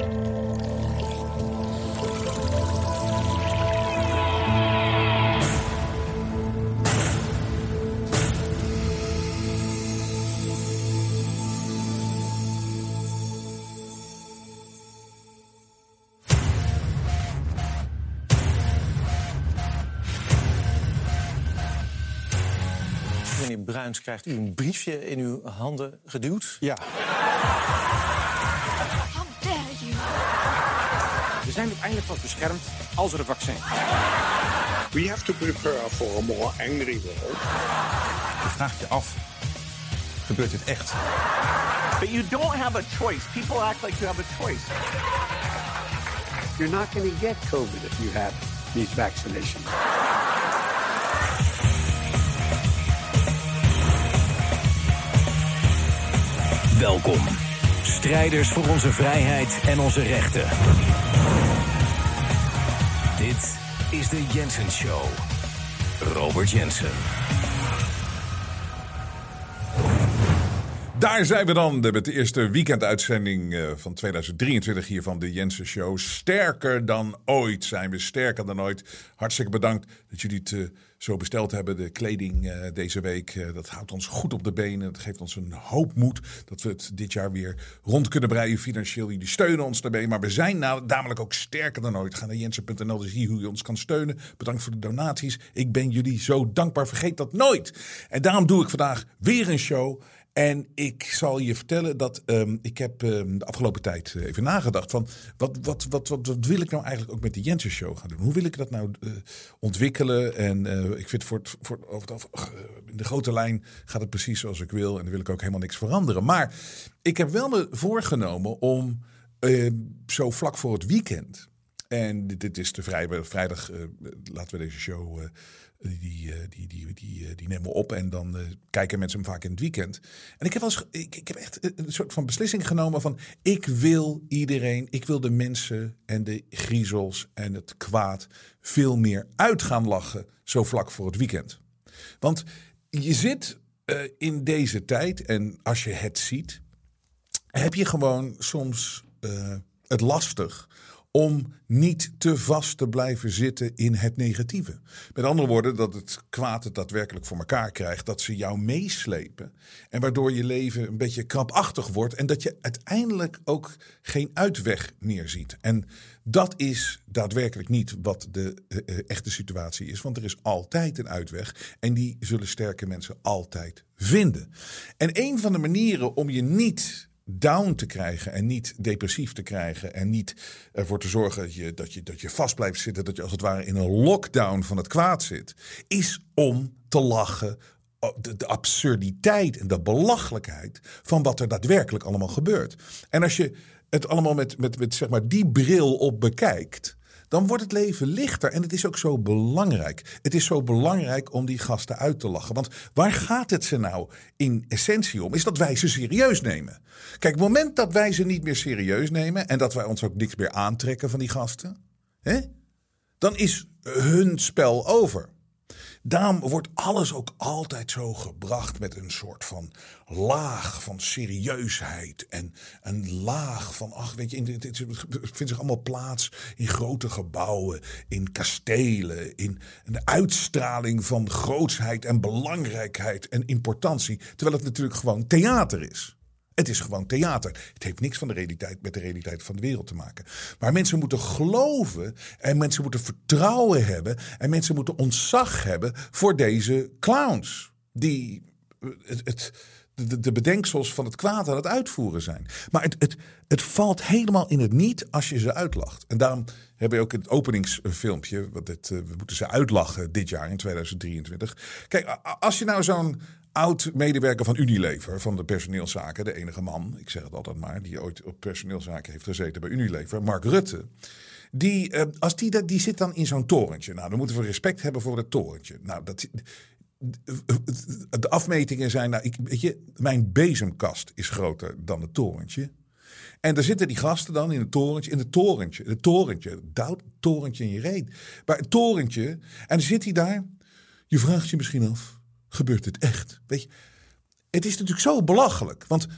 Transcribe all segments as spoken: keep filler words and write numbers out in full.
Meneer Bruins, krijgt u een briefje in uw handen geduwd? Ja. How dare you? We zijn uiteindelijk pas beschermd als er een vaccin is. We have to prepare for a more angry world. Je vraagt je af, gebeurt dit echt? But you don't have a choice. People act like you have a choice. You're not going to get COVID if you have these vaccinations. Welkom, strijders voor onze vrijheid en onze rechten. Dit is de Jensen Show. Robert Jensen. Daar zijn we dan met de eerste weekenduitzending van tweeduizend drieëntwintig hier van de Jensen Show. Sterker dan ooit zijn we, sterker dan ooit. Hartstikke bedankt dat jullie het zo besteld hebben, de kleding deze week. Dat houdt ons goed op de benen, dat geeft ons een hoop moed dat we het dit jaar weer rond kunnen breien financieel. Jullie steunen ons daarbij, maar we zijn nou namelijk ook sterker dan ooit. Ga naar jensen punt n l, dus zie hoe je ons kan steunen. Bedankt voor de donaties. Ik ben jullie zo dankbaar, vergeet dat nooit. En daarom doe ik vandaag weer een show. En ik zal je vertellen dat um, ik heb um, de afgelopen tijd uh, even nagedacht van wat, wat, wat, wat, wat wil ik nou eigenlijk ook met de Jensen Show gaan doen? Hoe wil ik dat nou uh, ontwikkelen? En uh, ik vind voor het, voor het, over het, uh, in de grote lijn gaat het precies zoals ik wil. En dan wil ik ook helemaal niks veranderen. Maar ik heb wel me voorgenomen om uh, zo vlak voor het weekend. En dit, dit is de vrij, vrijdag, uh, laten we deze show... Uh, Die, die, die, die, die, die nemen we op en dan uh, kijken mensen hem vaak in het weekend. En ik heb, wel eens, ik, ik heb echt een soort van beslissing genomen van... ik wil iedereen, ik wil de mensen en de griezels en het kwaad... veel meer uit gaan lachen zo vlak voor het weekend. Want je zit uh, in deze tijd en als je het ziet... heb je gewoon soms uh, het lastig... om niet te vast te blijven zitten in het negatieve. Met andere woorden, dat het kwaad het daadwerkelijk voor elkaar krijgt. Dat ze jou meeslepen. En waardoor je leven een beetje krampachtig wordt. En dat je uiteindelijk ook geen uitweg meer ziet. En dat is daadwerkelijk niet wat de uh, echte situatie is. Want er is altijd een uitweg. En die zullen sterke mensen altijd vinden. En een van de manieren om je niet... down te krijgen en niet depressief te krijgen en niet ervoor te zorgen dat je, dat je, dat je vast blijft zitten, dat je als het ware in een lockdown van het kwaad zit, is om te lachen de, de absurditeit en de belachelijkheid van wat er daadwerkelijk allemaal gebeurt. En als je het allemaal met, met, met zeg maar die bril op bekijkt, dan wordt het leven lichter. En het is ook zo belangrijk. Het is zo belangrijk om die gasten uit te lachen. Want waar gaat het ze nou in essentie om? Is dat wij ze serieus nemen. Kijk, het moment dat wij ze niet meer serieus nemen... en dat wij ons ook niks meer aantrekken van die gasten... Hè, dan is hun spel over. Daarom wordt alles ook altijd zo gebracht met een soort van laag van serieusheid. En een laag van, ach weet je, het vindt zich allemaal plaats in grote gebouwen, in kastelen, in een uitstraling van grootsheid en belangrijkheid en importantie. Terwijl het natuurlijk gewoon theater is. Het is gewoon theater. Het heeft niks van de realiteit met de realiteit van de wereld te maken. Maar mensen moeten geloven en mensen moeten vertrouwen hebben en mensen moeten ontzag hebben voor deze clowns die het, het, de, de bedenksels van het kwaad aan het uitvoeren zijn. Maar het, het, het valt helemaal in het niet als je ze uitlacht. En daarom hebben we ook het openingsfilmpje, want het, we moeten ze uitlachen dit jaar in tweeduizend drieëntwintig. Kijk, als je nou zo'n oud-medewerker van Unilever, van de personeelszaken, de enige man, ik zeg het altijd maar, die ooit op personeelszaken heeft gezeten bij Unilever, Mark Rutte, die, als die, die zit dan in zo'n torentje. Nou, dan moeten we respect hebben voor dat torentje. Nou, dat, de afmetingen zijn, nou, ik, weet je, mijn bezemkast is groter dan het torentje. En daar zitten die gasten dan in het torentje, in het torentje, het torentje, duwt het torentje in je reet. Maar het torentje, en dan zit hij daar, je vraagt je misschien af, gebeurt het echt? Weet je, het is natuurlijk zo belachelijk. Want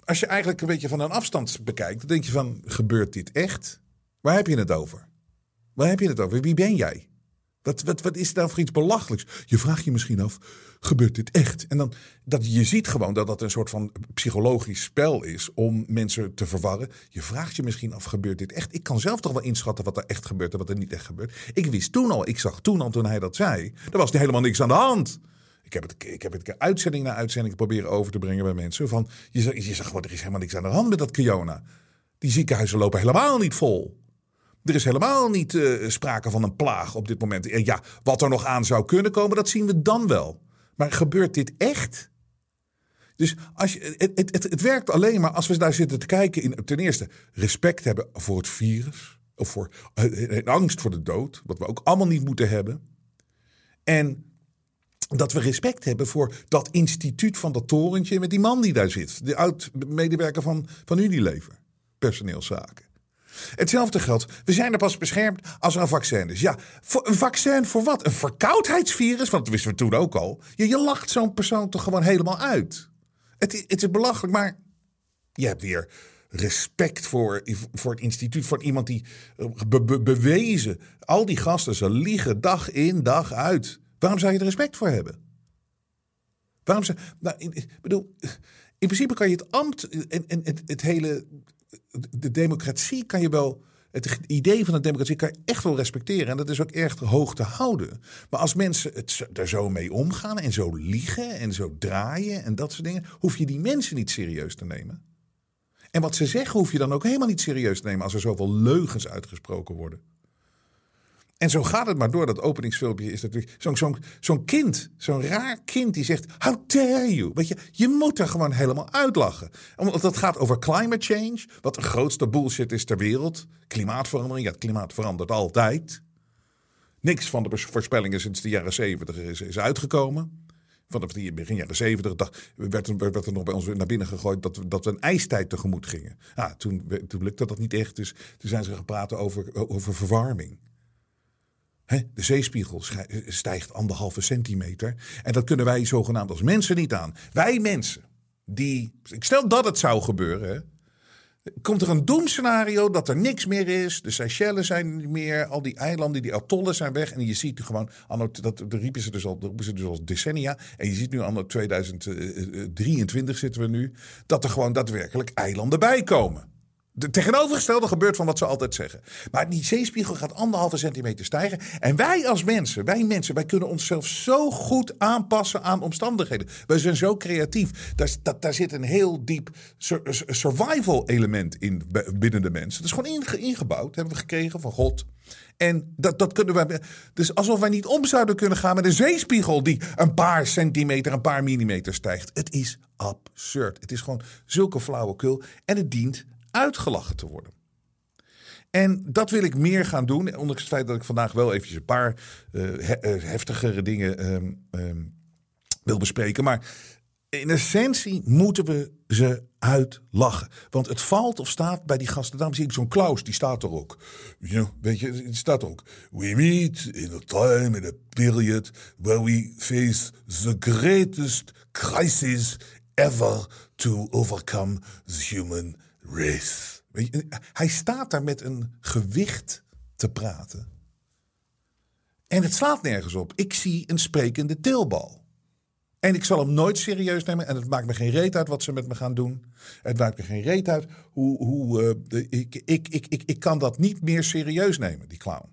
als je eigenlijk een beetje van een afstand bekijkt, dan denk je van, gebeurt dit echt? Waar heb je het over? Waar heb je het over? Wie ben jij? Wat, wat, wat is daar voor iets belachelijks? Je vraagt je misschien af, gebeurt dit echt? En dan, dat, je ziet gewoon dat dat een soort van psychologisch spel is om mensen te verwarren. Je vraagt je misschien af, gebeurt dit echt? Ik kan zelf toch wel inschatten wat er echt gebeurt en wat er niet echt gebeurt. Ik wist toen al, ik zag toen al toen hij dat zei, er was helemaal niks aan de hand. Ik heb het, ik heb het uitzending na uitzending proberen over te brengen bij mensen. Van, je, zag, je zag gewoon, er is helemaal niks aan de hand met dat corona. Die ziekenhuizen lopen helemaal niet vol. Er is helemaal niet uh, sprake van een plaag op dit moment. En ja, wat er nog aan zou kunnen komen, dat zien we dan wel. Maar gebeurt dit echt? Dus als je, het, het, het, het werkt alleen maar als we daar zitten te kijken. In, ten eerste respect hebben voor het virus. Of voor uh, angst voor de dood. Wat we ook allemaal niet moeten hebben. En dat we respect hebben voor dat instituut van dat torentje met die man die daar zit. De oud-medewerker van, van Unilever. Personeelszaken. Hetzelfde geldt. We zijn er pas beschermd als er een vaccin is. Ja, voor een vaccin voor wat? Een verkoudheidsvirus? Want dat wisten we toen ook al. Je, je lacht zo'n persoon toch gewoon helemaal uit. Het, het is belachelijk, maar je hebt weer respect voor, voor het instituut. Voor iemand die be, be, bewezen. Al die gasten, ze liegen dag in, dag uit. Waarom zou je er respect voor hebben? Waarom zou... Nou, ik bedoel, in principe kan je het ambt en, en het, het hele... De democratie kan je wel, het idee van de democratie kan je echt wel respecteren. En dat is ook erg hoog te houden. Maar als mensen het er zo mee omgaan en zo liegen en zo draaien en dat soort dingen, hoef je die mensen niet serieus te nemen. En wat ze zeggen hoef je dan ook helemaal niet serieus te nemen als er zoveel leugens uitgesproken worden. En zo gaat het maar door. Dat openingsfilmpje is natuurlijk zo'n zo'n zo'n kind, zo'n raar kind die zegt, how dare you? Weet je, je moet er gewoon helemaal uitlachen. Omdat het gaat over climate change, wat de grootste bullshit is ter wereld. Klimaatverandering, ja, het klimaat verandert altijd. Niks van de voorspellingen sinds de jaren zeventig is, is uitgekomen. Vanaf die begin jaren zeventig dacht, werd, er, werd er nog bij ons naar binnen gegooid dat we, dat we een ijstijd tegemoet gingen. Ja, toen, toen lukte dat niet echt, dus toen zijn ze gaan praten over, over verwarming. He, de zeespiegel stijgt anderhalve centimeter. En dat kunnen wij zogenaamd als mensen niet aan. Wij mensen, die... Stel dat het zou gebeuren. Hè, komt er een doemscenario dat er niks meer is. De Seychelles zijn niet meer. Al die eilanden, die atollen zijn weg. En je ziet gewoon... Anno, dat riepen ze dus al, riepen ze dus al decennia. En je ziet nu anno tweeduizend drieëntwintig zitten we nu. Dat er gewoon daadwerkelijk eilanden bij komen. De tegenovergestelde gebeurt van wat ze altijd zeggen. Maar die zeespiegel gaat anderhalve centimeter stijgen. En wij als mensen, wij mensen, wij kunnen onszelf zo goed aanpassen aan omstandigheden. Wij zijn zo creatief. Daar, dat, daar zit een heel diep survival element in binnen de mensen. Dat is gewoon ingebouwd, hebben we gekregen van God. En dat, dat kunnen wij. Dus alsof wij niet om zouden kunnen gaan met een zeespiegel die een paar centimeter, een paar millimeter stijgt. Het is absurd. Het is gewoon zulke flauwekul. En het dient uitgelachen te worden. En dat wil ik meer gaan doen. Ondanks het feit dat ik vandaag wel eventjes een paar uh, he- heftigere dingen um, um, wil bespreken. Maar in essentie moeten we ze uitlachen. Want het valt of staat bij die gasten. Daarom zie ik zo'n Klaus, die staat er ook. You know, weet je, het staat er ook. We meet in a time, in a period where we face the greatest crisis ever to overcome the human race. Weet je, hij staat daar met een gewicht te praten. En het slaat nergens op. Ik zie een sprekende teelbal. En ik zal hem nooit serieus nemen. En het maakt me geen reet uit wat ze met me gaan doen. Het maakt me geen reet uit hoe... hoe uh, de, ik, ik, ik, ik, ik kan dat niet meer serieus nemen, die clown.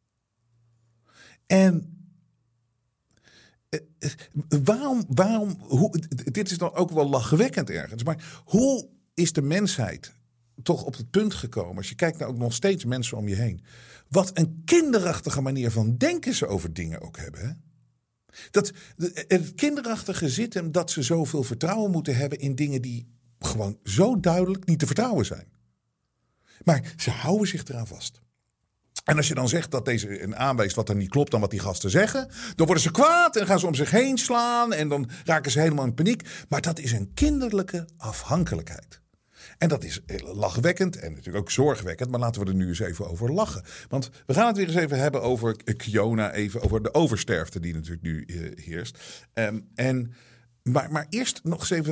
En... Uh, waarom... waarom hoe, dit is dan ook wel lachwekkend ergens. Maar hoe is de mensheid toch op het punt gekomen? Als je kijkt naar ook nog steeds mensen om je heen. Wat een kinderachtige manier van denken ze over dingen ook hebben, hè? Dat, het kinderachtige zit hem dat ze zoveel vertrouwen moeten hebben in dingen die gewoon zo duidelijk niet te vertrouwen zijn. Maar ze houden zich eraan vast. En als je dan zegt dat deze een aanwijst wat er niet klopt aan wat die gasten zeggen, dan worden ze kwaad en gaan ze om zich heen slaan en dan raken ze helemaal in paniek. Maar dat is een kinderlijke afhankelijkheid. En dat is lachwekkend en natuurlijk ook zorgwekkend. Maar laten we er nu eens even over lachen. Want we gaan het weer eens even hebben over corona. Even over de oversterfte die natuurlijk nu uh, heerst. Um, en, maar, maar eerst nog eens even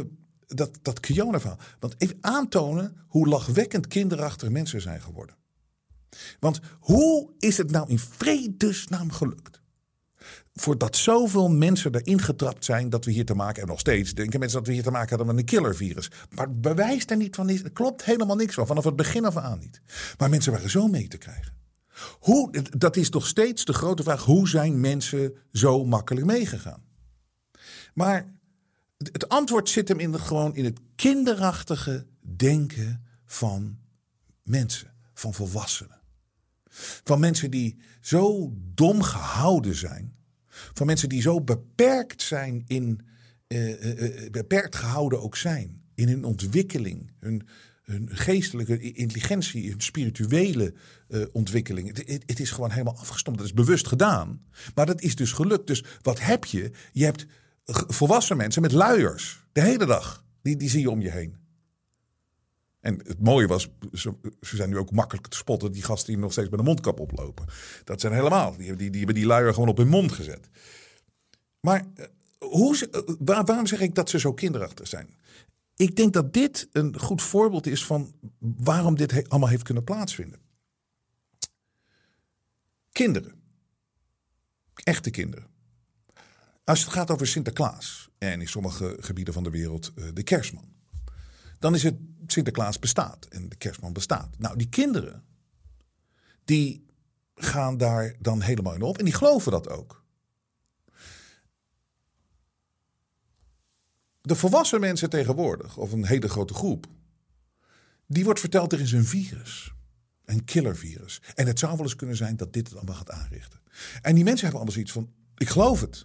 dat, dat Kiona-verhaal. Want even aantonen hoe lachwekkend kinderachtig mensen zijn geworden. Want hoe is het nou in vredesnaam gelukt? Voordat zoveel mensen erin getrapt zijn dat we hier te maken hebben. Nog steeds denken mensen dat we hier te maken hebben met een killervirus. Maar het bewijs er niet van is. Er klopt helemaal niks van. Vanaf het begin af aan niet. Maar mensen waren zo mee te krijgen. Hoe, dat is nog steeds de grote vraag. Hoe zijn mensen zo makkelijk meegegaan? Maar het antwoord zit hem in de, gewoon in het kinderachtige denken van mensen. Van volwassenen. Van mensen die zo dom gehouden zijn. Van mensen die zo beperkt zijn in uh, uh, beperkt gehouden ook zijn in hun ontwikkeling, hun, hun geestelijke intelligentie, hun spirituele uh, ontwikkeling. Het, het, het is gewoon helemaal afgestompt. Dat is bewust gedaan, maar dat is dus gelukt. Dus wat heb je? Je hebt volwassen mensen met luiers de hele dag. Die, die zie je om je heen. En het mooie was, ze, ze zijn nu ook makkelijk te spotten, die gasten die nog steeds met een mondkap oplopen. Dat zijn helemaal, die, die, die hebben die luier gewoon op hun mond gezet. Maar hoe, waar, waarom zeg ik dat ze zo kinderachtig zijn? Ik denk dat dit een goed voorbeeld is van waarom dit he, allemaal heeft kunnen plaatsvinden. Kinderen. Echte kinderen. Als het gaat over Sinterklaas en in sommige gebieden van de wereld de Kerstman. Dan is het Sinterklaas bestaat en de Kerstman bestaat. Nou, die kinderen, die gaan daar dan helemaal in op. En die geloven dat ook. De volwassen mensen tegenwoordig, of een hele grote groep, die wordt verteld er is een virus. Een killervirus. En het zou wel eens kunnen zijn dat dit het allemaal gaat aanrichten. En die mensen hebben allemaal zoiets van, ik geloof het.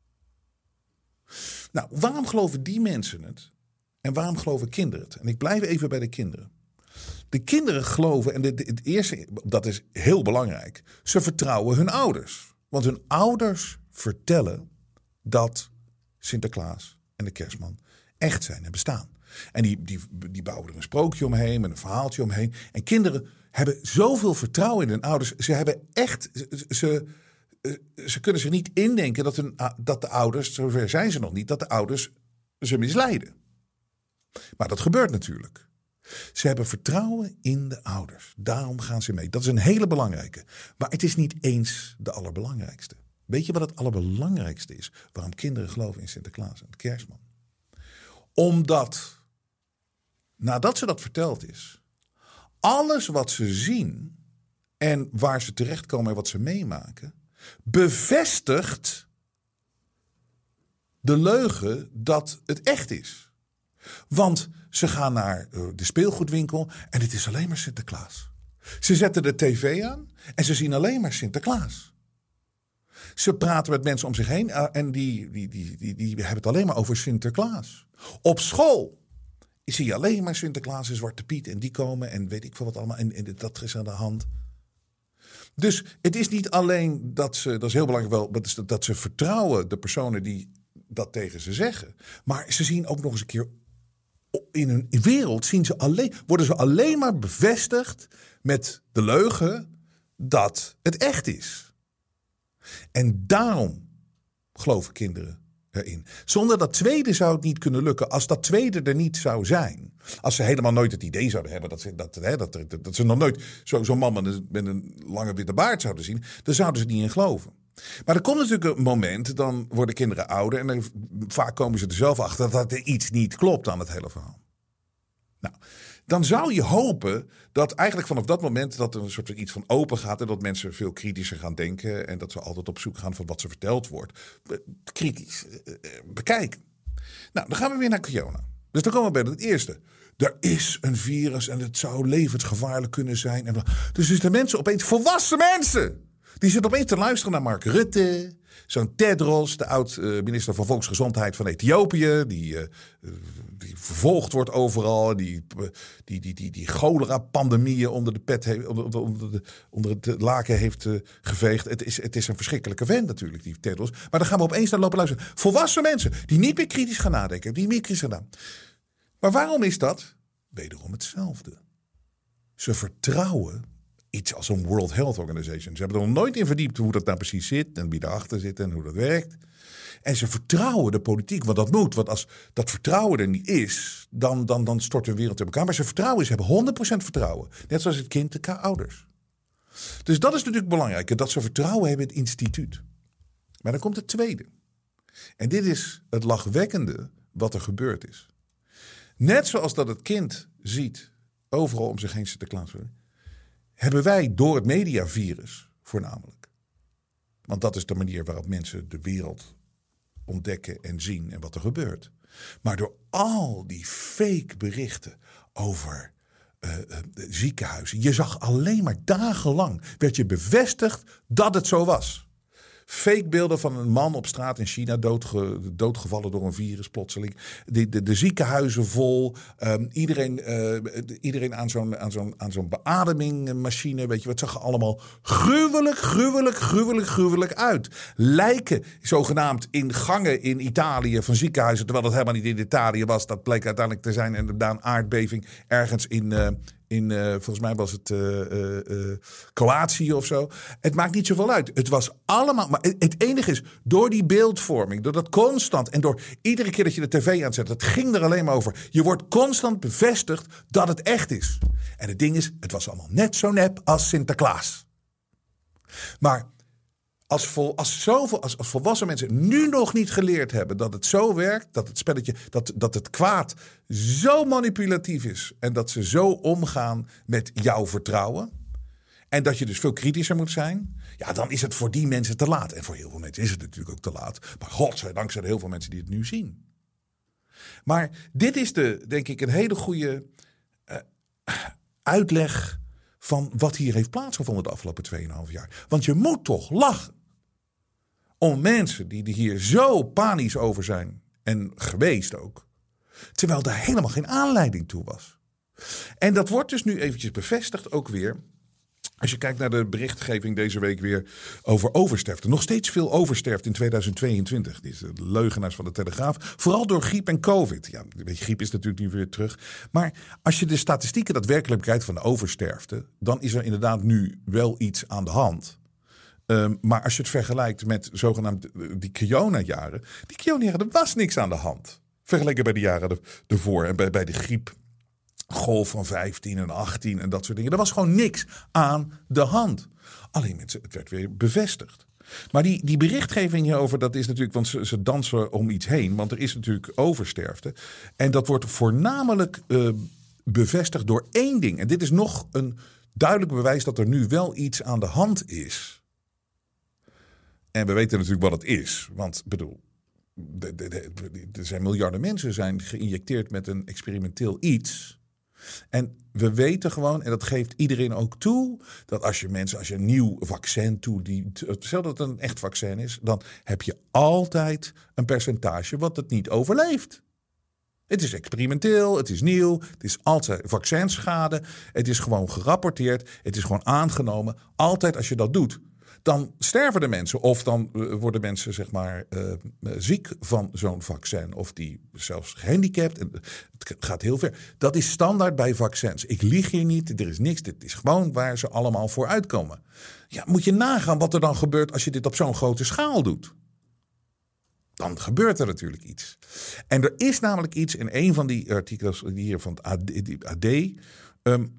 Nou, waarom geloven die mensen het? En waarom geloven kinderen het? En ik blijf even bij de kinderen. De kinderen geloven, en de, de, het eerste, dat is heel belangrijk, ze vertrouwen hun ouders. Want hun ouders vertellen dat Sinterklaas en de Kerstman echt zijn en bestaan. En die, die, die bouwen er een sprookje omheen, met een verhaaltje omheen. En kinderen hebben zoveel vertrouwen in hun ouders. Ze hebben echt, ze, ze, ze kunnen zich niet indenken dat, hun, dat de ouders, zover zijn ze nog niet, dat de ouders ze misleiden. Maar dat gebeurt natuurlijk. Ze hebben vertrouwen in de ouders. Daarom gaan ze mee. Dat is een hele belangrijke. Maar het is niet eens de allerbelangrijkste. Weet je wat het allerbelangrijkste is? Waarom kinderen geloven in Sinterklaas en de Kerstman? Omdat, nadat ze dat verteld is, alles wat ze zien en waar ze terechtkomen en wat ze meemaken, bevestigt de leugen dat het echt is. Want ze gaan naar de speelgoedwinkel en het is alleen maar Sinterklaas. Ze zetten de tv aan en ze zien alleen maar Sinterklaas. Ze praten met mensen om zich heen en die, die, die, die, die hebben het alleen maar over Sinterklaas. Op school zie je alleen maar Sinterklaas en Zwarte Piet en die komen en weet ik veel wat allemaal. En, en dat is aan de hand. Dus het is niet alleen dat ze, dat is heel belangrijk wel, dat, is dat ze vertrouwen de personen die dat tegen ze zeggen. Maar ze zien ook nog eens een keer in hun wereld zien ze alleen, worden ze alleen maar bevestigd met de leugen dat het echt is. En daarom geloven kinderen erin. Zonder dat tweede zou het niet kunnen lukken. Als dat tweede er niet zou zijn. Als ze helemaal nooit het idee zouden hebben dat ze, dat, hè, dat, dat, dat ze nog nooit zo, zo'n man met een, met een lange witte baard zouden zien. Dan zouden ze niet in geloven. Maar er komt natuurlijk een moment, dan worden kinderen ouder en dan, vaak komen ze er zelf achter dat er iets niet klopt aan het hele verhaal. Nou, dan zou je hopen dat eigenlijk vanaf dat moment dat er een soort van iets van open gaat en dat mensen veel kritischer gaan denken en dat ze altijd op zoek gaan van wat ze verteld wordt. Kritisch bekijken. Nou, dan gaan we weer naar Kiona. Dus dan komen we bij het eerste. Er is een virus en het zou levensgevaarlijk kunnen zijn. En dus is de mensen opeens volwassen mensen. Die zitten opeens te luisteren naar Mark Rutte. Zo'n Tedros, de oud-minister van Volksgezondheid van Ethiopië. Die, uh, die vervolgd wordt overal. Die, die, die, die, die cholera-pandemieën onder de pet heeft, onder, onder, de, onder het laken heeft uh, geveegd. Het is, het is een verschrikkelijke vent natuurlijk, die Tedros. Maar dan gaan we opeens naar lopen luisteren. Volwassen mensen die niet meer kritisch gaan nadenken. Die niet meer kritisch gaan nadenken. Maar waarom is dat? Wederom hetzelfde. Ze vertrouwen iets als een World Health Organization. Ze hebben er nog nooit in verdiept hoe dat nou precies zit en wie erachter zit en hoe dat werkt. En ze vertrouwen de politiek, want dat moet. Want als dat vertrouwen er niet is, dan, dan, dan stort hun wereld in elkaar. Maar ze vertrouwen, ze hebben honderd procent vertrouwen. Net zoals het kind de ouders. Dus dat is natuurlijk belangrijk, dat ze vertrouwen hebben in het instituut. Maar dan komt het tweede. En dit is het lachwekkende wat er gebeurd is. Net zoals dat het kind ziet, overal om zich heen Sinterklaas, hebben wij door het mediavirus voornamelijk. Want dat is de manier waarop mensen de wereld ontdekken en zien en wat er gebeurt. Maar door al die fake berichten over uh, uh, ziekenhuizen. Je zag alleen maar dagenlang, werd je bevestigd dat het zo was. Fake beelden van een man op straat in China doodge, doodgevallen door een virus plotseling. De, de, de ziekenhuizen vol. Um, iedereen uh, iedereen aan zo'n, aan, zo'n, aan zo'n beademingmachine. Weet je, wat zag er allemaal gruwelijk, gruwelijk, gruwelijk, gruwelijk uit. Lijken zogenaamd in gangen in Italië van ziekenhuizen. Terwijl dat helemaal niet in Italië was. Dat bleek uiteindelijk te zijn inderdaad een aardbeving ergens in... Uh, In, uh, volgens mij was het uh, uh, uh, Kroatië of zo. Het maakt niet zoveel uit. Het was allemaal... Maar het enige is, door die beeldvorming, door dat constant... en door iedere keer dat je de tv aanzet, het ging er alleen maar over. Je wordt constant bevestigd dat het echt is. En het ding is, het was allemaal net zo nep als Sinterklaas. Maar... Als, vol, als, zoveel, als, als volwassen mensen nu nog niet geleerd hebben dat het zo werkt, dat het spelletje, dat, dat het kwaad zo manipulatief is en dat ze zo omgaan met jouw vertrouwen en dat je dus veel kritischer moet zijn, ja, dan is het voor die mensen te laat. En voor heel veel mensen is het natuurlijk ook te laat. Maar godzijdank zijn er heel veel mensen die het nu zien. Maar dit is de, denk ik, een hele goede uh, uitleg van wat hier heeft plaatsgevonden de afgelopen tweeënhalf jaar. Want je moet toch lachen om mensen die hier zo panisch over zijn en geweest ook. Terwijl daar helemaal geen aanleiding toe was. En dat wordt dus nu eventjes bevestigd ook weer. Als je kijkt naar de berichtgeving deze week weer over oversterfte. Nog steeds veel oversterfte in tweeduizend tweeëntwintig. Die is de leugenaars van de Telegraaf. Vooral door griep en covid. Ja, weet je, griep is natuurlijk nu weer terug. Maar als je de statistieken daadwerkelijk bekijkt van de oversterfte, dan is er inderdaad nu wel iets aan de hand. Um, maar als je het vergelijkt met zogenaamd die corona-jaren. Die corona-jaren, er was niks aan de hand. Vergeleken bij de jaren ervoor en bij, bij de griepgolf van vijftien en achttien en dat soort dingen. Er was gewoon niks aan de hand. Alleen mensen, het werd weer bevestigd. Maar die, die berichtgeving hierover, dat is natuurlijk, want ze, ze dansen om iets heen. Want er is natuurlijk oversterfte. En dat wordt voornamelijk uh, bevestigd door één ding. En dit is nog een duidelijk bewijs dat er nu wel iets aan de hand is. En we weten natuurlijk wat het is. Want bedoel, de, de, de, er zijn miljarden mensen zijn geïnjecteerd met een experimenteel iets. En we weten gewoon, en dat geeft iedereen ook toe, dat als je mensen, als je een nieuw vaccin toedient, stel dat het een echt vaccin is, dan heb je altijd een percentage wat het niet overleeft. Het is experimenteel, het is nieuw, het is altijd vaccinschade, het is gewoon gerapporteerd, het is gewoon aangenomen. Altijd als je dat doet, dan sterven de mensen of dan worden mensen zeg maar uh, ziek van zo'n vaccin. Of die zelfs gehandicapt. Het gaat heel ver. Dat is standaard bij vaccins. Ik lieg hier niet, er is niks. Dit is gewoon waar ze allemaal voor uitkomen. Ja, moet je nagaan wat er dan gebeurt als je dit op zo'n grote schaal doet. Dan gebeurt er natuurlijk iets. En er is namelijk iets in een van die artikels hier van het A D. Um,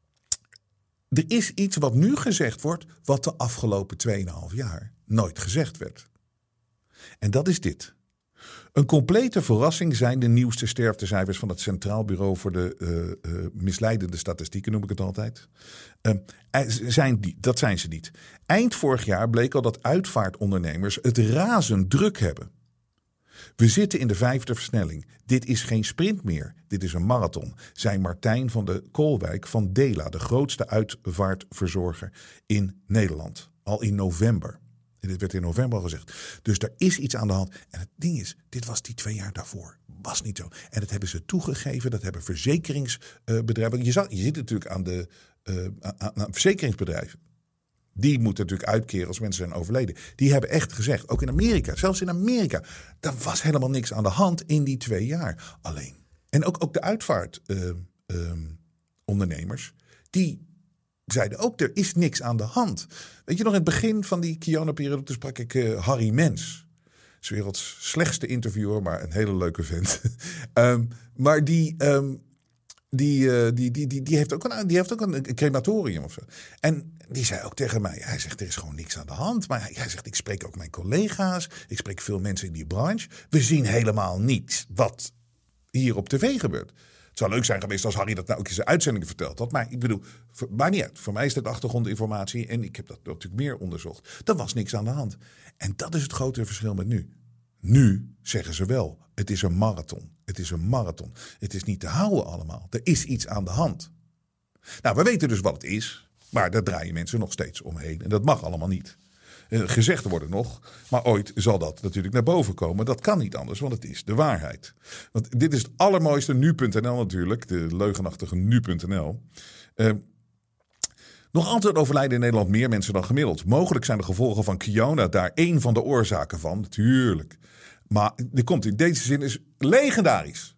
Er is iets wat nu gezegd wordt, wat de afgelopen tweeënhalf jaar nooit gezegd werd. En dat is dit. Een complete verrassing zijn de nieuwste sterftecijfers van het Centraal Bureau voor de uh, uh, misleidende statistieken, noem ik het altijd. Uh, zijn die, dat zijn ze niet. Eind vorig jaar bleek al dat uitvaartondernemers het razend druk hebben. We zitten in de vijfde versnelling. Dit is geen sprint meer. Dit is een marathon, zei Martijn van de Koolwijk van Dela, de grootste uitvaartverzorger in Nederland. Al in november. En dit werd in november al gezegd. Dus er is iets aan de hand. En het ding is, dit was die twee jaar daarvoor. Was niet zo. En dat hebben ze toegegeven. Dat hebben verzekeringsbedrijven. Je, zag, je ziet natuurlijk aan de uh, aan, aan verzekeringsbedrijven. Die moeten natuurlijk uitkeren als mensen zijn overleden. Die hebben echt gezegd, ook in Amerika, zelfs in Amerika, er was helemaal niks aan de hand in die twee jaar. Alleen. En ook, ook de uitvaartondernemers, uh, um, die zeiden ook, er is niks aan de hand. Weet je nog, in het begin van die Kiona-periode, toen sprak ik uh, Harry Mens. 'S werelds slechtste interviewer, maar een hele leuke vent. um, maar die, um, die, uh, die, die, die, die heeft ook een, die heeft ook een, een crematorium of zo. En die zei ook tegen mij, hij zegt, er is gewoon niks aan de hand. Maar hij zegt, ik spreek ook mijn collega's. Ik spreek veel mensen in die branche. We zien helemaal niets wat hier op tv gebeurt. Het zou leuk zijn geweest als Harry dat nou ook in zijn uitzendingen verteld had. Maar ik bedoel, maakt niet uit. Voor mij is dit achtergrondinformatie en ik heb dat natuurlijk meer onderzocht. Er was niks aan de hand. En dat is het grote verschil met nu. Nu zeggen ze wel, het is een marathon. Het is een marathon. Het is niet te houden allemaal. Er is iets aan de hand. Nou, we weten dus wat het is. Maar daar draaien mensen nog steeds omheen. En dat mag allemaal niet. Gezegd worden nog. Maar ooit zal dat natuurlijk naar boven komen. Dat kan niet anders, want het is de waarheid. Want dit is het allermooiste nu punt n l natuurlijk. De leugenachtige nu punt n l. Uh, nog altijd overlijden in Nederland meer mensen dan gemiddeld. Mogelijk zijn de gevolgen van Kiona daar één van de oorzaken van. Natuurlijk. Maar er komt in deze zin is legendarisch.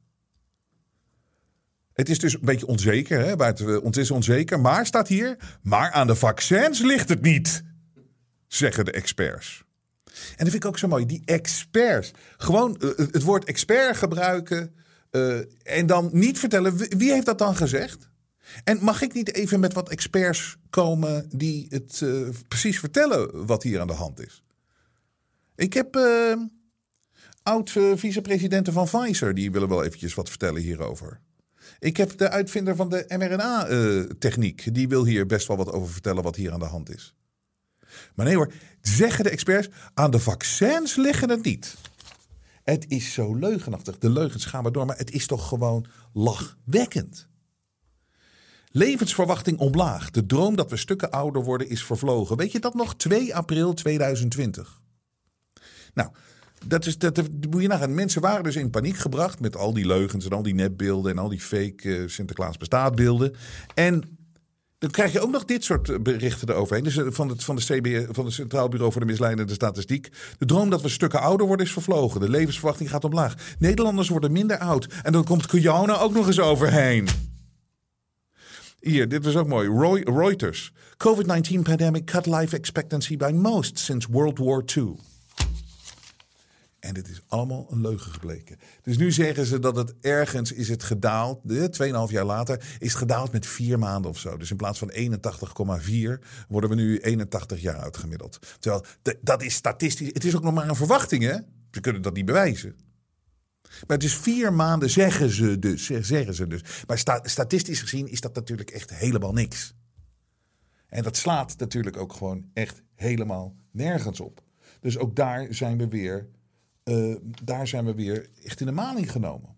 Het is dus een beetje onzeker. Hè? Het, het is onzeker, maar staat hier. Maar aan de vaccins ligt het niet. Zeggen de experts. En dat vind ik ook zo mooi. Die experts. Gewoon uh, het woord expert gebruiken. Uh, en dan niet vertellen. Wie heeft dat dan gezegd? En mag ik niet even met wat experts komen die het uh, precies vertellen wat hier aan de hand is? Ik heb uh, oud-vicepresidenten van Pfizer. Die willen wel eventjes wat vertellen hierover. Ik heb de uitvinder van de mRNA-techniek. Uh, die wil hier best wel wat over vertellen wat hier aan de hand is. Maar nee hoor, zeggen de experts, aan de vaccins liggen het niet. Het is zo leugenachtig. De leugens gaan maar door, maar het is toch gewoon lachwekkend. Levensverwachting omlaag. De droom dat we stukken ouder worden is vervlogen. Weet je dat nog? twee april tweeduizend twintig. Nou, dat is, dat, dat moet je nagaan. Mensen waren dus in paniek gebracht met al die leugens en al die nepbeelden en al die fake uh, Sinterklaas bestaatbeelden. En dan krijg je ook nog dit soort berichten eroverheen. Dus van het, van, de C B, van het Centraal Bureau voor de Misleidende Statistiek. De droom dat we stukken ouder worden is vervlogen. De levensverwachting gaat omlaag. Nederlanders worden minder oud. En dan komt Kiona ook nog eens overheen. Hier, dit was ook mooi. Roy, Reuters. COVID nineteen pandemic cut life expectancy by most since World War Two. En dit is allemaal een leugen gebleken. Dus nu zeggen ze dat het ergens is het gedaald. Tweeënhalf jaar later is het gedaald met vier maanden of zo. Dus in plaats van eenentachtig komma vier worden we nu eenentachtig jaar oud gemiddeld. Terwijl de, dat is statistisch. Het is ook nog maar een verwachting, hè? Ze kunnen dat niet bewijzen. Maar het is vier maanden, zeggen ze dus. Zeggen ze dus. Maar sta, statistisch gezien is dat natuurlijk echt helemaal niks. En dat slaat natuurlijk ook gewoon echt helemaal nergens op. Dus ook daar zijn we weer... Uh, daar zijn we weer echt in de maling genomen.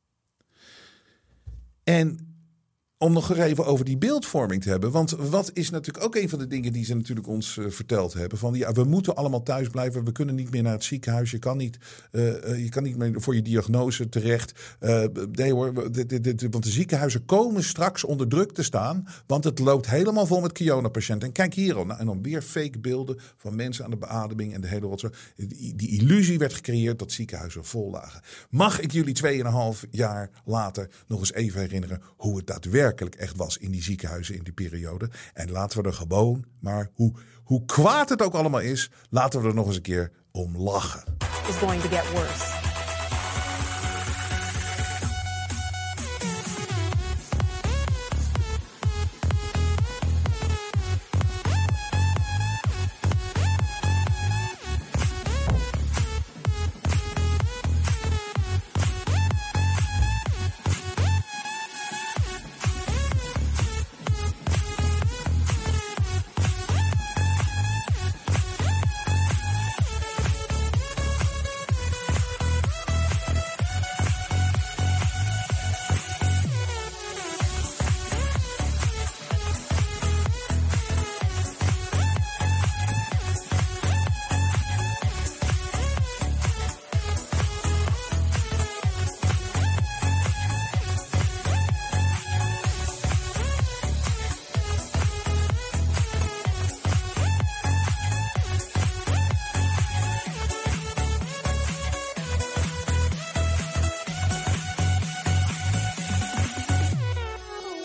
En om nog even over die beeldvorming te hebben. Want wat is natuurlijk ook een van de dingen die ze natuurlijk ons uh, verteld hebben. Van ja, we moeten allemaal thuis blijven. We kunnen niet meer naar het ziekenhuis. Je kan niet, uh, uh, je kan niet meer voor je diagnose terecht. Uh, nee hoor, dit, dit, dit, want de ziekenhuizen komen straks onder druk te staan. Want het loopt helemaal vol met Kiona-patiënten. En kijk hier al. Nou, en dan weer fake beelden van mensen aan de beademing en de hele rotzooi. Die, die illusie werd gecreëerd dat ziekenhuizen vol lagen. Mag ik jullie tweeënhalf jaar later nog eens even herinneren hoe het daadwerkelijk echt was in die ziekenhuizen in die periode. En laten we er gewoon, maar hoe, hoe kwaad het ook allemaal is, laten we er nog eens een keer om lachen. Is going to get worse.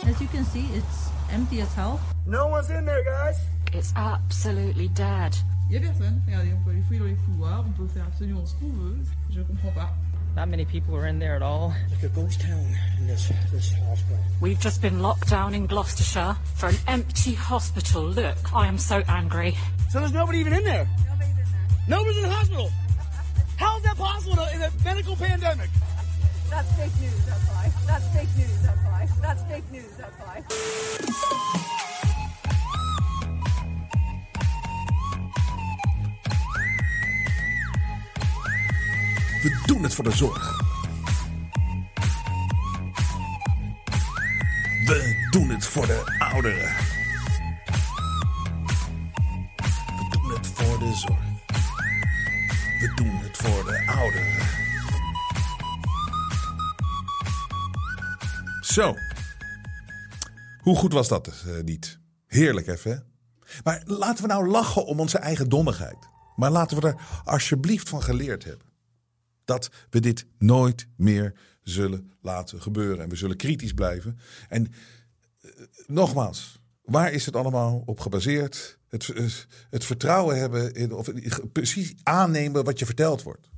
As you can see, it's empty as hell. No one's in there, guys. It's absolutely dead. Il y a personne. Regardez, on peut aller fouiller dans les couloirs, on peut faire absolument ce qu'on veut. Je comprends pas. Not many people were in there at all. Like a ghost town in this, this hospital. We've just been locked down in Gloucestershire for an empty hospital. Look, I am so angry. So there's nobody even in there? Nobody's in there. Nobody's in the hospital? How is that possible in a medical pandemic? That's fake news, that's why. That's fake news, that's why. That's fake news, that's why. We doen het voor de zorg. We doen het voor de ouderen. We doen het voor de zorg. We doen het voor de ouderen. Zo. Hoe goed was dat uh, niet? Heerlijk even, hè? Maar laten we nou lachen om onze eigen dommigheid. Maar laten we er alsjeblieft van geleerd hebben. Dat we dit nooit meer zullen laten gebeuren. En we zullen kritisch blijven. En uh, nogmaals, waar is het allemaal op gebaseerd? Het, uh, het vertrouwen hebben in, of uh, precies aannemen wat je verteld wordt.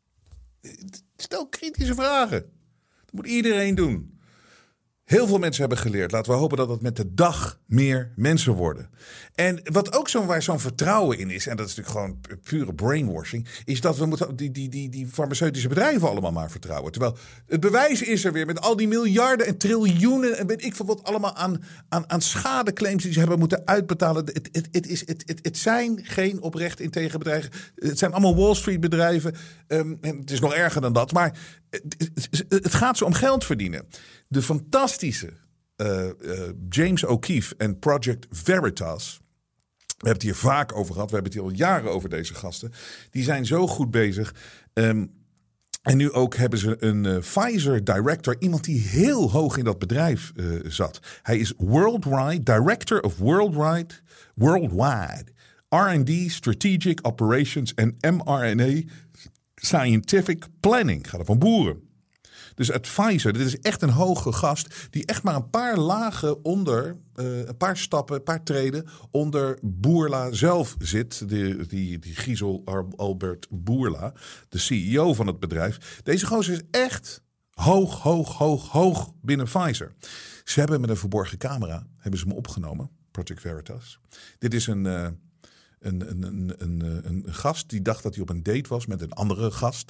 Stel kritische vragen. Dat moet iedereen doen. Heel veel mensen hebben geleerd. Laten we hopen dat het met de dag meer mensen worden. En wat ook zo'n, waar zo'n vertrouwen in is, en dat is natuurlijk gewoon pure brainwashing, is dat we moeten die, die, die, die farmaceutische bedrijven allemaal maar vertrouwen. Terwijl het bewijs is er weer met al die miljarden en triljoenen en weet ik veel wat allemaal aan, aan, aan schadeclaims die ze hebben moeten uitbetalen. Het, het, het, is, het, het, het zijn geen oprecht integer bedrijven. Het zijn allemaal Wall Street bedrijven. Um, en het is nog erger dan dat. Maar het, het, het gaat ze om geld verdienen. De fantastische uh, uh, James O'Keefe en Project Veritas. We hebben het hier vaak over gehad. We hebben het hier al jaren over deze gasten. Die zijn zo goed bezig. Um, en nu ook hebben ze een uh, Pfizer director. Iemand die heel hoog in dat bedrijf uh, zat. Hij is worldwide director of worldwide, worldwide R and D, Strategic Operations en M R N A Scientific Planning. Gaat er van boeren. Dus het Pfizer, dit is echt een hoge gast die echt maar een paar lagen onder, uh, een paar stappen, een paar treden onder Bourla zelf zit. Die, die, die Giesel Albert Bourla, de C E O van het bedrijf. Deze gozer is echt hoog, hoog, hoog, hoog binnen Pfizer. Ze hebben met een verborgen camera, hebben ze me opgenomen, Project Veritas. Dit is een, uh, een, een, een, een, een, een gast die dacht dat hij op een date was met een andere gast.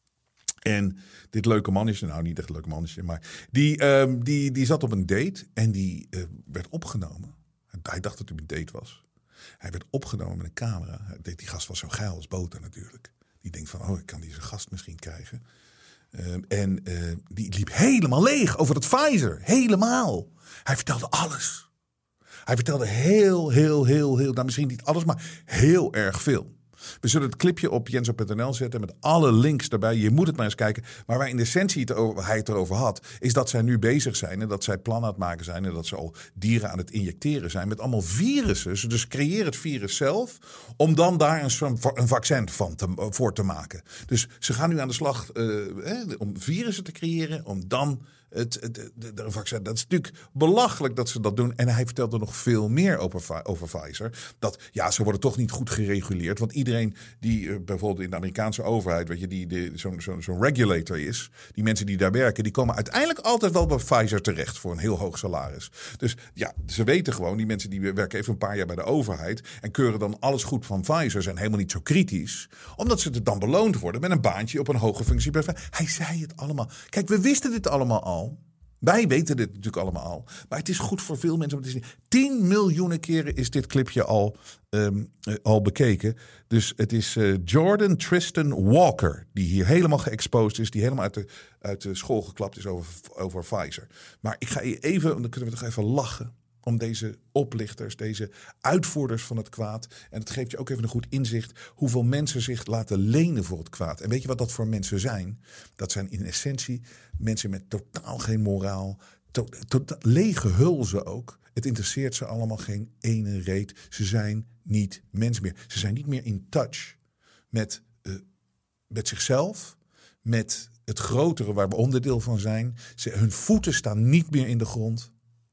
En dit leuke mannetje, nou niet echt een leuk mannetje, maar die, um, die, die zat op een date en die uh, werd opgenomen. Hij dacht dat hij op een date was. Hij werd opgenomen met een camera. Die gast was zo geil als boter natuurlijk. Die denkt van, oh, ik kan deze gast misschien krijgen. Um, en uh, die liep helemaal leeg over het Pfizer. Helemaal. Hij vertelde alles. Hij vertelde heel, heel, heel, heel, nou misschien niet alles, maar heel erg veel. We zullen het clipje op jenso punt n l zetten met alle links daarbij. Je moet het maar eens kijken. Maar waar in de essentie het over, hij het erover had, is dat zij nu bezig zijn en dat zij plannen aan het maken zijn en dat ze al dieren aan het injecteren zijn met allemaal virussen. Ze dus creëren het virus zelf om dan daar een, een vaccin van te, voor te maken. Dus ze gaan nu aan de slag uh, eh, om virussen te creëren om dan het, het, het, het vaccin. Dat is natuurlijk belachelijk dat ze dat doen. En hij vertelde nog veel meer over, over Pfizer. Dat ja, ze worden toch niet goed gereguleerd. Want iedereen die uh, bijvoorbeeld in de Amerikaanse overheid, weet je, die, die zo'n zo, zo regulator is, die mensen die daar werken, die komen uiteindelijk altijd wel bij Pfizer terecht voor een heel hoog salaris. Dus ja, ze weten gewoon, die mensen die werken even een paar jaar bij de overheid en keuren dan alles goed van Pfizer, zijn helemaal niet zo kritisch, omdat ze er dan beloond worden met een baantje op een hoge functie. Hij zei het allemaal. Kijk, we wisten dit allemaal al. Wij weten dit natuurlijk allemaal al. Maar het is goed voor veel mensen om te zien. tien miljoenen keren is dit clipje al, um, uh, al bekeken. Dus het is uh, Jordan Tristan Walker die hier helemaal geëxposed is. Die helemaal uit de, uit de school geklapt is over, over Pfizer. Maar ik ga even, dan kunnen we toch even lachen om deze oplichters, deze uitvoerders van het kwaad. En het geeft je ook even een goed inzicht hoeveel mensen zich laten lenen voor het kwaad. En weet je wat dat voor mensen zijn? Dat zijn in essentie mensen met totaal geen moraal, to- to- lege hulzen ook. Het interesseert ze allemaal geen ene reet. Ze zijn niet mens meer. Ze zijn niet meer in touch met, uh, met zichzelf, met het grotere waar we onderdeel van zijn. Ze, hun voeten staan niet meer in de grond.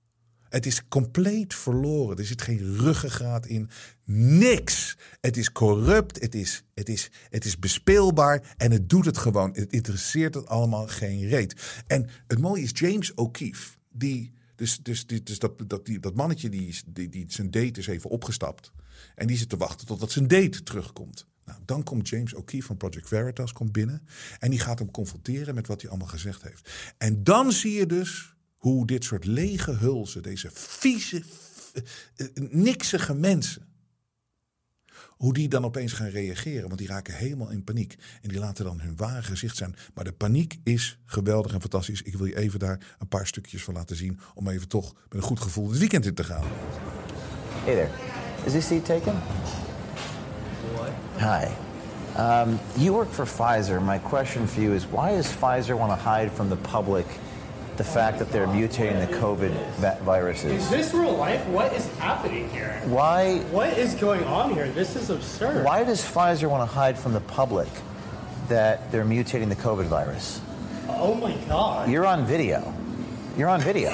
Het is compleet verloren. Er zit geen ruggengraat in. Niks. Het is corrupt. Het is, het is, het is bespeelbaar. En het doet het gewoon. Het interesseert het allemaal geen reet. En het mooie is James O'Keefe. Die, dus dus, dus dat, dat, die, dat mannetje die, die, die zijn date is even opgestapt. En die zit te wachten totdat zijn date terugkomt. Nou, dan komt James O'Keefe van Project Veritas komt binnen. En die gaat hem confronteren met wat hij allemaal gezegd heeft. En dan zie je dus hoe dit soort lege hulzen, deze vieze, niksige mensen, hoe die dan opeens gaan reageren. Want die raken helemaal in paniek. En die laten dan hun ware gezicht zijn. Maar de paniek is geweldig en fantastisch. Ik wil je even daar een paar stukjes van laten zien. Om even toch met een goed gevoel het weekend in te gaan. Hey there. Is this seat taken? What? Hi. Um, you work for Pfizer. My question for you is, why does Pfizer want to hide from the public the fact that they're mutating the COVID viruses? Is this real life? What is happening here? Why? What is going on here? This is absurd. Why does Pfizer want to hide from the public that they're mutating the COVID virus? Oh my God. You're on video. You're on video.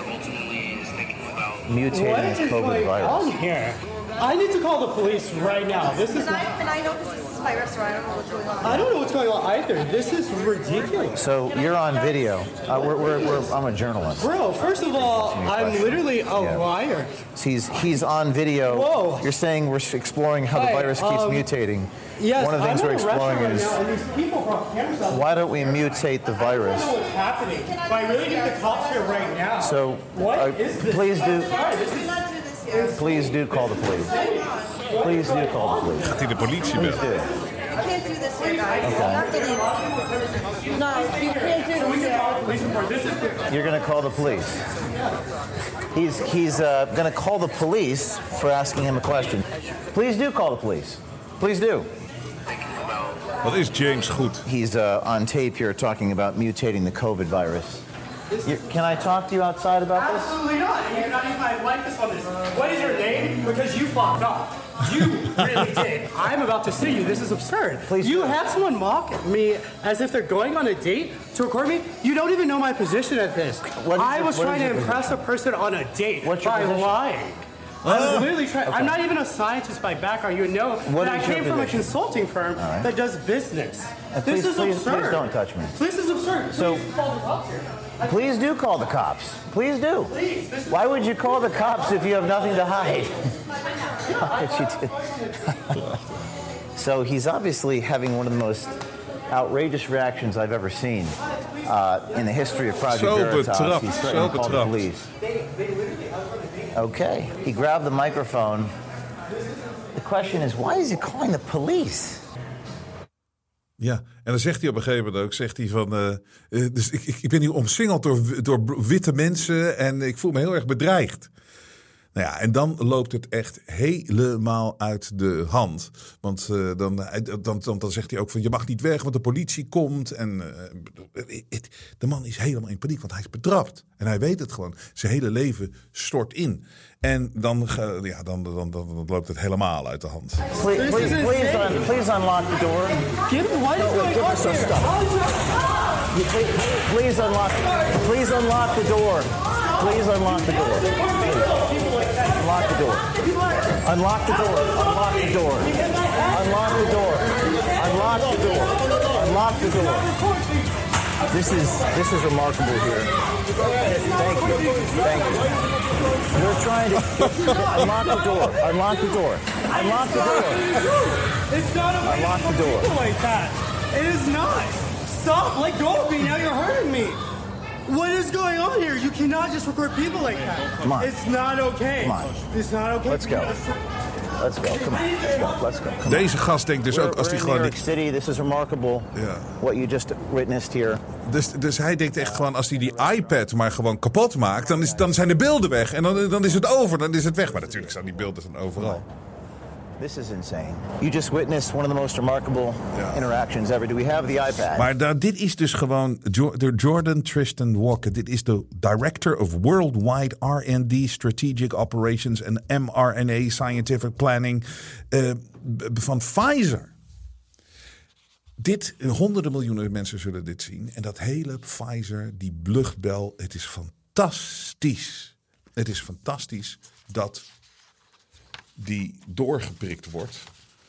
Mutating what this COVID is going virus. on here? I need to call the police right now. This is. And I, and I know this is virus, so I don't know what's going on. I don't know what's going on either. This is ridiculous. So you're on video. Uh, we're, we're, we're, I'm a journalist. Bro, first of all, I'm literally a yeah. liar. He's he's on video. Whoa. You're saying we're exploring how Hi, the virus keeps um, mutating. Yes, one of the things I'm we're exploring right is now, and these people brought cameras out. Why don't we mutate the virus? I don't know what's happening. But I really get the cops here right now. So what uh, is this? Please do. Sorry, this is Please do call the police. Please do call the police. Gaat hij de politie bellen? I can't do this here, guys. Okay. You have to leave. No, you can't do this here. You're going to call the police. He's he's uh, going to call the police for asking him a question. Please do call the police. Please do. Wat is James goed? He's uh, on tape here talking about mutating the COVID virus. You're, can I talk to you outside about this? Absolutely not. You cannot use my likeness on this. What is your name? Because you fucked up. You really did. I'm about to sue you. This is absurd. Please you do. had someone mock me as if they're going on a date to record me. You don't even know my position at this. What is I your- was what trying is to your impress a person on a date What's your by position? lying. I was literally trying. Okay. I'm not even a scientist by background. You know What that I is your came from a position? consulting firm right. that does business. And this please, is please, absurd. please don't touch me. This is absurd. So- Please call the cops here. Please do call the cops. Please do. Please. This is Why would you call the cops if you have nothing to hide? Why would you do- So he's obviously having one of the most outrageous reactions I've ever seen uh, in the history of Project Zo Veritas. betrapt, He's zo threatening to call the betrapt. police. Okay, he grabbed the microphone. The question is, why is he calling the police? Ja, en dan zegt hij op een gegeven moment ook, zegt hij van, uh, uh, dus ik, ik ben hier omsingeld door, door witte mensen en ik voel me heel erg bedreigd. Nou ja, en dan loopt het echt helemaal uit de hand. Want uh, dan, dan, dan, dan zegt hij ook van, je mag niet weg, want de politie komt. En uh, het, de man is helemaal in paniek, want hij is betrapt. En hij weet het gewoon. Zijn hele leven stort in. En dan, uh, ja, dan, dan, dan, dan loopt het helemaal uit de hand. Please, please, please, un, please unlock the door. Give me what is going Give on us some here? stuff. You please, please unlock. Please unlock the door. Please unlock the door. Unlock the door. Unlock the door. Unlock the door. Unlock the door. Unlock the door. Unlock the door. This is this is remarkable here. Thank you. Thank you. You're trying to unlock the door. Unlock the door. Unlock the door. It's not a way Unlock to the door. people like that. It is not. Stop. Let go of me. Now you're hurting me. What is going on here? You cannot just record people like that. Come on. It's not okay. Come on. It's not okay. Let's go. Let's go. Come on. Let's go. Let's go. Come Deze gast denkt dus on. ook, als We're hij in New gewoon... York City. This is remarkable. Ja. What you just witnessed here. Dus, dus hij denkt echt gewoon, als hij die iPad maar gewoon kapot maakt, dan, is, dan zijn de beelden weg. En dan, dan is het over, dan is het weg. Maar natuurlijk staan die beelden van overal. This is insane. You just witnessed one of the most remarkable Ja. interactions ever. Do we have the iPad? Maar da, dit is dus gewoon Jo- de Jordan Tristan Walker. Dit is de Director of Worldwide R and D Strategic Operations en mRNA Scientific Planning uh, b- van Pfizer. Dit, honderden miljoenen mensen zullen dit zien. En dat hele Pfizer, die luchtbel, het is fantastisch. het is fantastisch dat die doorgeprikt wordt.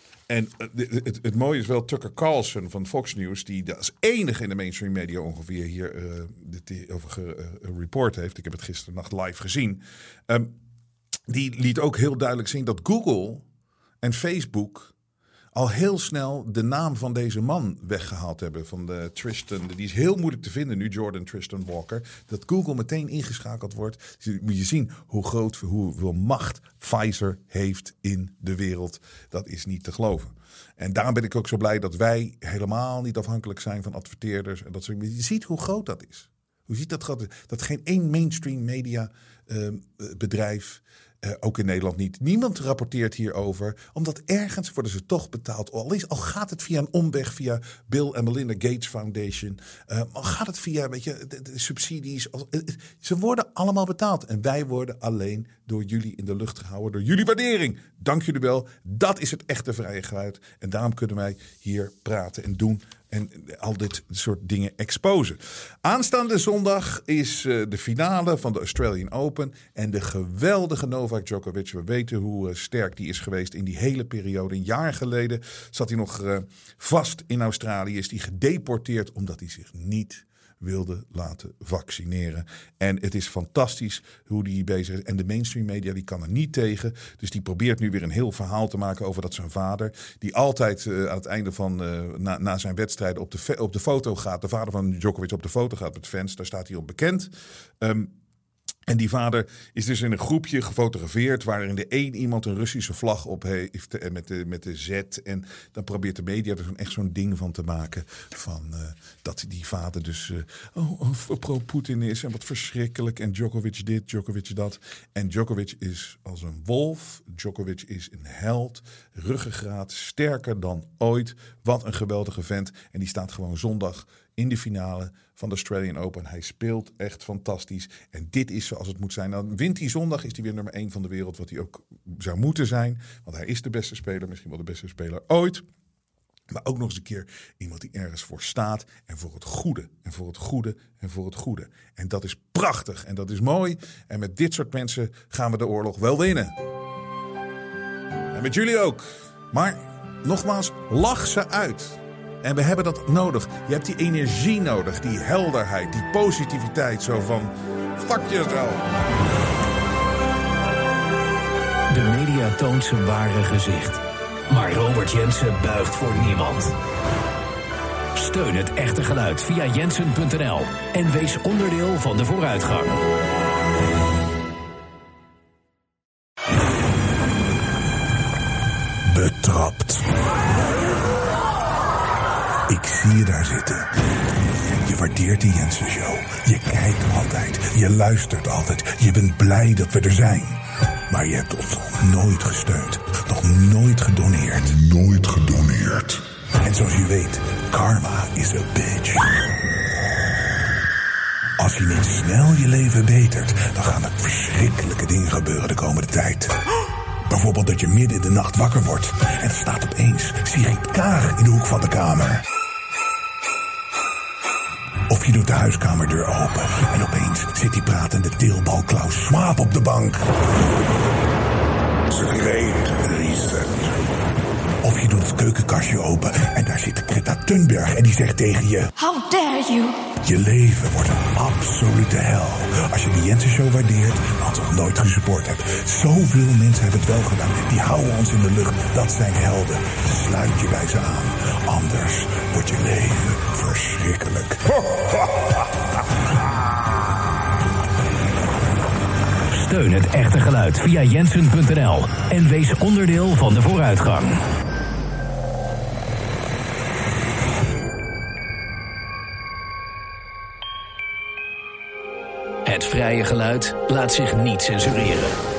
En het, het, het mooie is wel Tucker Carlson van Fox News, die als enige in de mainstream media ongeveer hier uh, dit over gereport heeft. Ik heb het gisternacht live gezien. Um, die liet ook heel duidelijk zien dat Google en Facebook al heel snel de naam van deze man weggehaald hebben. Van de Tristan. Die is heel moeilijk te vinden nu, Jordan Tristan Walker. Dat Google meteen ingeschakeld wordt. Dus moet je zien hoe groot, hoeveel macht Pfizer heeft in de wereld. Dat is niet te geloven. En daarom ben ik ook zo blij dat wij helemaal niet afhankelijk zijn van adverteerders. En dat soort. Je ziet hoe groot dat is. Hoe ziet dat groot? Dat geen één mainstream media uh, bedrijf... Uh, ook in Nederland niet. Niemand rapporteert hierover. Omdat ergens worden ze toch betaald. Al, is, al gaat het via een omweg. Via Bill en Melinda Gates Foundation. Uh, al gaat het via weet je, de, de subsidies. Al, uh, ze worden allemaal betaald. En wij worden alleen door jullie in de lucht gehouden. Door jullie waardering. Dank jullie wel. Dat is het echte vrije geluid. En daarom kunnen wij hier praten en doen. En al dit soort dingen exposen. Aanstaande zondag is uh, de finale van de Australian Open. En de geweldige Novak Djokovic. We weten hoe uh, sterk die is geweest in die hele periode. Een jaar geleden zat hij nog uh, vast in Australië. Is hij gedeporteerd omdat hij zich niet wilde laten vaccineren. En het is fantastisch hoe die bezig is. En de mainstream media die kan er niet tegen. Dus die probeert nu weer een heel verhaal te maken over dat zijn vader, die altijd uh, aan het einde van uh, na, na zijn wedstrijden op de, fe- op de foto gaat. De vader van Djokovic op de foto gaat met fans. Daar staat hij op bekend. Um, En die vader is dus in een groepje gefotografeerd waarin de één iemand een Russische vlag op heeft met de, met de Z. En dan probeert de media er echt zo'n ding van te maken van uh, dat die vader dus uh, oh, oh, pro-Poetin is en wat verschrikkelijk. En Djokovic dit, Djokovic dat. En Djokovic is als een wolf. Djokovic is een held, ruggengraat, sterker dan ooit. Wat een geweldige vent. En die staat gewoon zondag in de finale van de Australian Open. Hij speelt echt fantastisch. En dit is zoals het moet zijn. Dan wint hij zondag, is hij weer nummer één van de wereld. Wat hij ook zou moeten zijn. Want hij is de beste speler. Misschien wel de beste speler ooit. Maar ook nog eens een keer iemand die ergens voor staat. En voor het goede. En voor het goede. En voor het goede. En dat is prachtig. En dat is mooi. En met dit soort mensen gaan we de oorlog wel winnen. En met jullie ook. Maar nogmaals, lach ze uit. En we hebben dat nodig. Je hebt die energie nodig, die helderheid, die positiviteit. Zo van, fuck jezelf. De media toont zijn ware gezicht. Maar Robert Jensen buigt voor niemand. Steun het echte geluid via jensen punt n l. En wees onderdeel van de vooruitgang. Betrapt. Ik zie je daar zitten. Je waardeert de Jensen Show. Je kijkt altijd. Je luistert altijd. Je bent blij dat we er zijn. Maar je hebt ons nog nooit gesteund. Nog nooit gedoneerd. Nooit gedoneerd. En zoals je weet, karma is a bitch. Als je niet snel je leven betert, dan gaan er verschrikkelijke dingen gebeuren de komende tijd. Bijvoorbeeld dat je midden in de nacht wakker wordt en er staat opeens Sigrid Kaag in de hoek van de kamer. Of je doet de huiskamerdeur open en opeens zit die pratende teelbal Klaus Schwab op de bank. Great reset. Of je doet het keukenkastje open en daar zit Greta Thunberg en die zegt tegen je: How dare you? Je leven wordt een absolute hel. Als je de Jensen Show waardeert, als je nog nooit gesupport hebt. Zoveel mensen hebben het wel gedaan. Die houden ons in de lucht. Dat zijn helden. Sluit je bij ze aan. Anders wordt je leven verschrikkelijk. Steun het echte geluid via jensen punt n l. En wees onderdeel van de vooruitgang. Het vrije geluid laat zich niet censureren.